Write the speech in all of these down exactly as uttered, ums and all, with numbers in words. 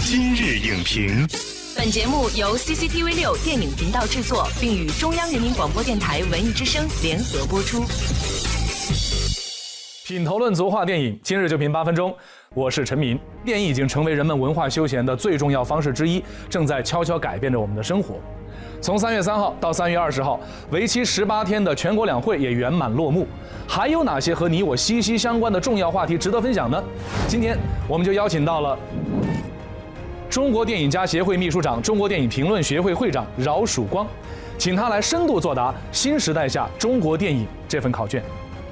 今日影评， 本节目由 C C T V 六电影频道制作，并与中央人民广播电台文艺之声联合播出。 品头论足话电影，今日就评八分钟。我是陈明。电影已经成为人们文化休闲的最重要方式之一，正在悄悄改变着我们的生活。从三月三号到三月二十号，为期十八天的全国两会也圆满落幕。还有哪些和你我息息相关的重要话题值得分享呢？今天我们就邀请到了中国电影家协会秘书长、中国电影评论学会会长饶曙光，请他来深度作答新时代下中国电影这份考卷。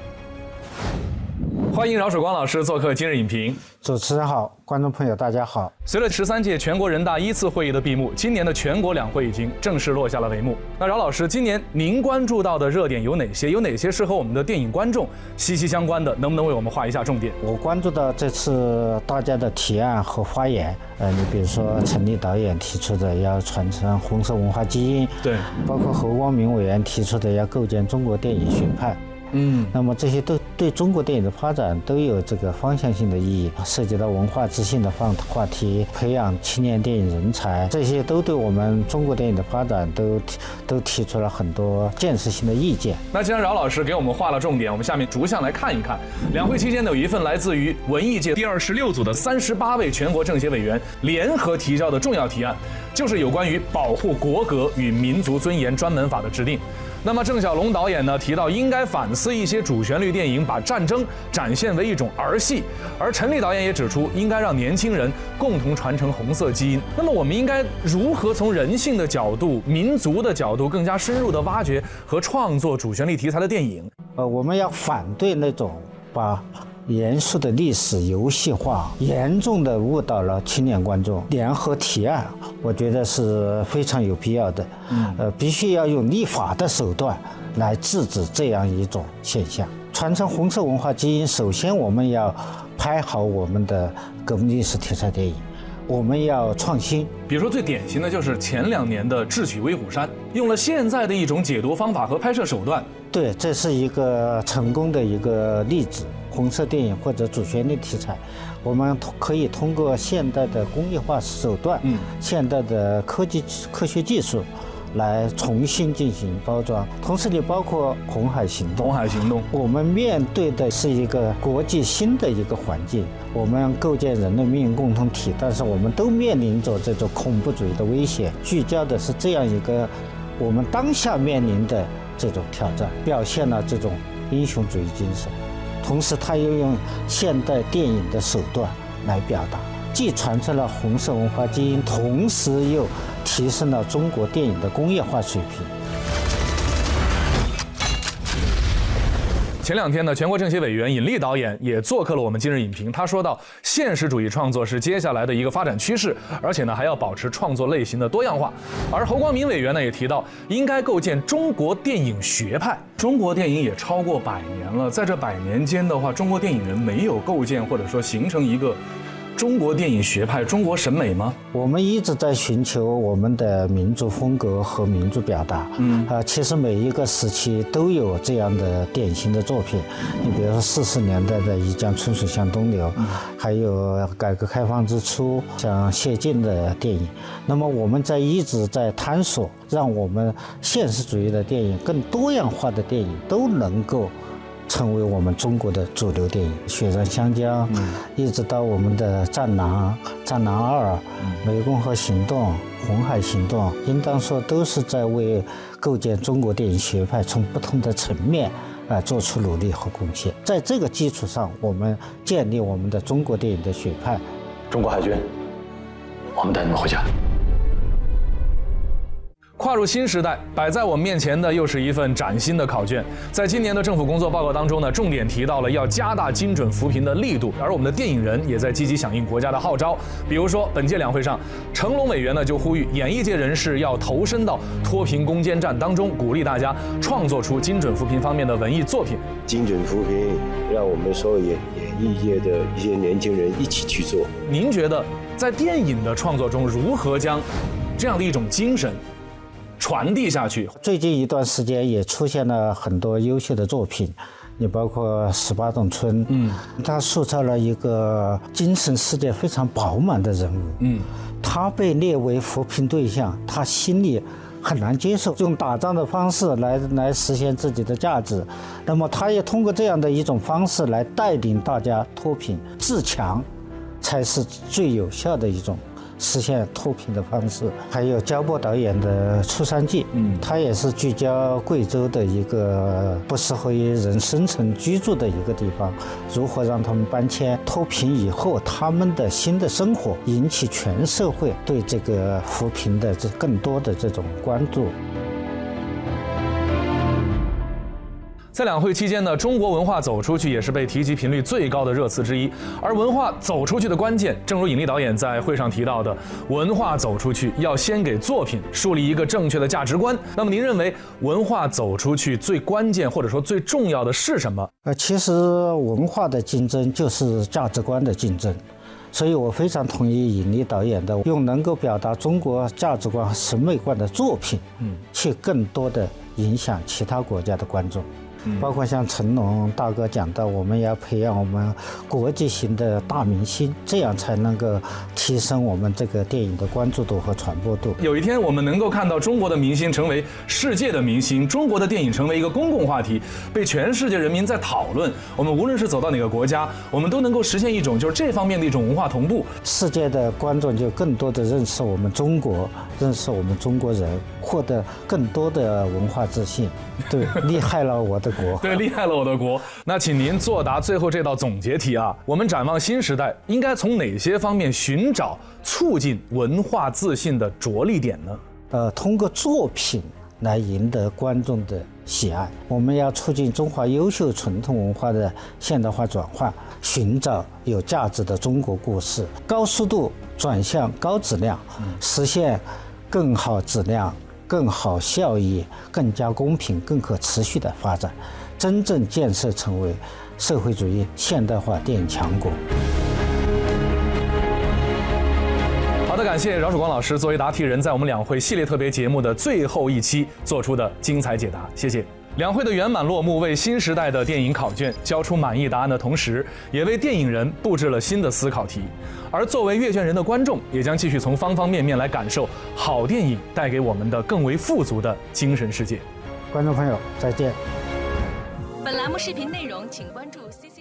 欢迎饶曙光老师做客今日影评。 主持人好，观众朋友大家好。 随着十三届全国人大一次会议的闭幕，今年的全国两会已经正式落下了帷幕。那饶老师，今年您关注到的热点有哪些？有哪些是和我们的电影观众息息相关的？能不能为我们画一下重点？ 我关注到这次大家的提案和发言，呃，你比如说陈立导演提出的要传承红色文化基因， 对， 包括侯光明委员提出的要构建中国电影学派。嗯，那么这些都对中国电影的发展都有这个方向性的意义，涉及到文化自信的话话题，培养青年电影人才，这些都对我们中国电影的发展都都提出了很多建设性的意见。 那既然饶老师给我们画了重点，我们下面逐项来看一看。两会期间呢，有一份来自于文艺界第二十六组的三十八位全国政协委员联合提交的重要提案，就是有关于保护国格与民族尊严专门法的制定。那么郑晓龙导演呢提到，应该反思一些主旋律电影把战争展现为一种儿戏，而陈立导演也指出，应该让年轻人共同传承红色基因。那么我们应该如何从人性的角度、民族的角度，更加深入的挖掘和创作主旋律题材的电影？ 呃，我们要反对那种把严肃的历史游戏化，严重的误导了青年观众。联合提案，我觉得是非常有必要的。嗯，呃，必须要用立法的手段来制止这样一种现象。传承红色文化基因，首先我们要拍好我们的革命历史题材电影，我们要创新。 比如说最典型的就是前两年的《智取威虎山》，用了现在的一种解读方法和拍摄手段。 对，这是一个成功的一个例子。红色电影或者主旋律题材，我们可以通过现代的工业化手段、嗯、现代的科技科学技术来重新进行包装。同时也包括红海行动。 红海行动， 我们面对的是一个国际新的一个环境，我们构建人类命运共同体，但是我们都面临着这种恐怖主义的威胁。聚焦的是这样一个我们当下面临的这种挑战，表现了这种英雄主义精神。同时他又用现代电影的手段来表达，既传承了红色文化基因，同时又提升了中国电影的工业化水平。 前两天呢，全国政协委员尹力导演也做客了我们今日影评。他说到，现实主义创作是接下来的一个发展趋势，而且呢还要保持创作类型的多样化。而侯光明委员呢也提到，应该构建中国电影学派。中国电影也超过百年了，在这百年间的话，中国电影人没有构建或者说形成一个中国电影学派、中国审美吗？ 我们一直在寻求我们的民族风格和民族表达。嗯，啊、呃，其实每一个时期都有这样的典型的作品。你比如说四十年代的《一江春水向东流》，嗯，还有改革开放之初像谢晋的电影。那么我们在一直在探索，让我们现实主义的电影、更多样化的电影都能够成为我们中国的主流电影。雪山香江，嗯，一直到我们的战狼、战狼二、嗯、湄公河行动、红海行动，应当说都是在为构建中国电影学派从不同的层面啊做出努力和贡献。在这个基础上，我们建立我们的中国电影的学派。 中国海军，我们带你们回家。 跨入新时代，摆在我们面前的又是一份崭新的考卷。在今年的政府工作报告当中呢，重点提到了要加大精准扶贫的力度，而我们的电影人也在积极响应国家的号召。比如说，本届两会上，成龙委员呢就呼吁演艺界人士要投身到脱贫攻坚战当中，鼓励大家创作出精准扶贫方面的文艺作品。 精准扶贫，让我们所有演演艺界的一些年轻人一起去做。 您觉得在电影的创作中，如何将这样的一种精神传递下去？ 最近一段时间也出现了很多优秀的作品， 你包括十八洞村，嗯，他塑造了一个精神世界非常饱满的人物，嗯，他被列为扶贫对象，他心里很难接受用打仗的方式来来实现自己的价值，那么他也通过这样的一种方式来带领大家脱贫自强，才是最有效的一种实现脱贫的方式。还有焦波导演的《出山记》，嗯，它也是聚焦贵州的一个不适合于人生存居住的一个地方，如何让他们搬迁脱贫以后他们的新的生活，引起全社会对这个扶贫的这更多的这种关注。 在两会期间呢，中国文化走出去也是被提及频率最高的热词之一。而文化走出去的关键，正如尹力导演在会上提到的，文化走出去要先给作品树立一个正确的价值观。那么您认为文化走出去最关键或者说最重要的是什么？ 呃，其实文化的竞争就是价值观的竞争。所以我非常同意尹力导演的用能够表达中国价值观和审美观的作品，嗯，去更多的影响其他国家的观众。包括像成龙大哥讲到，我们要培养我们国际型的大明星，这样才能够提升我们这个电影的关注度和传播度。 有一天我们能够看到中国的明星成为世界的明星，中国的电影成为一个公共话题，被全世界人民在讨论，我们无论是走到哪个国家，我们都能够实现一种就是这方面的一种文化同步， 世界的观众就更多的认识我们中国，认识我们中国人，获得更多的文化自信。对，厉害了我的国。 对，厉害了我的国。那请您作答最后这道总结题啊，我们展望新时代，应该从哪些方面寻找促进文化自信的着力点呢？ 呃，通过作品来赢得观众的喜爱。我们要促进中华优秀传统文化的现代化转换，寻找有价值的中国故事，高速度转向高质量，实现更好质量、更好效益、更加公平、更可持续的发展，真正建设成为社会主义现代化电影强国。 好的，感谢饶曙光老师作为答题人，在我们两会系列特别节目的最后一期做出的精彩解答，谢谢。两会的圆满落幕，为新时代的电影考卷交出满意答案的同时，也为电影人布置了新的思考题。而作为阅卷人的观众，也将继续从方方面面来感受好电影带给我们的更为富足的精神世界。 观众朋友，再见。 本栏目视频内容，请关注 C C。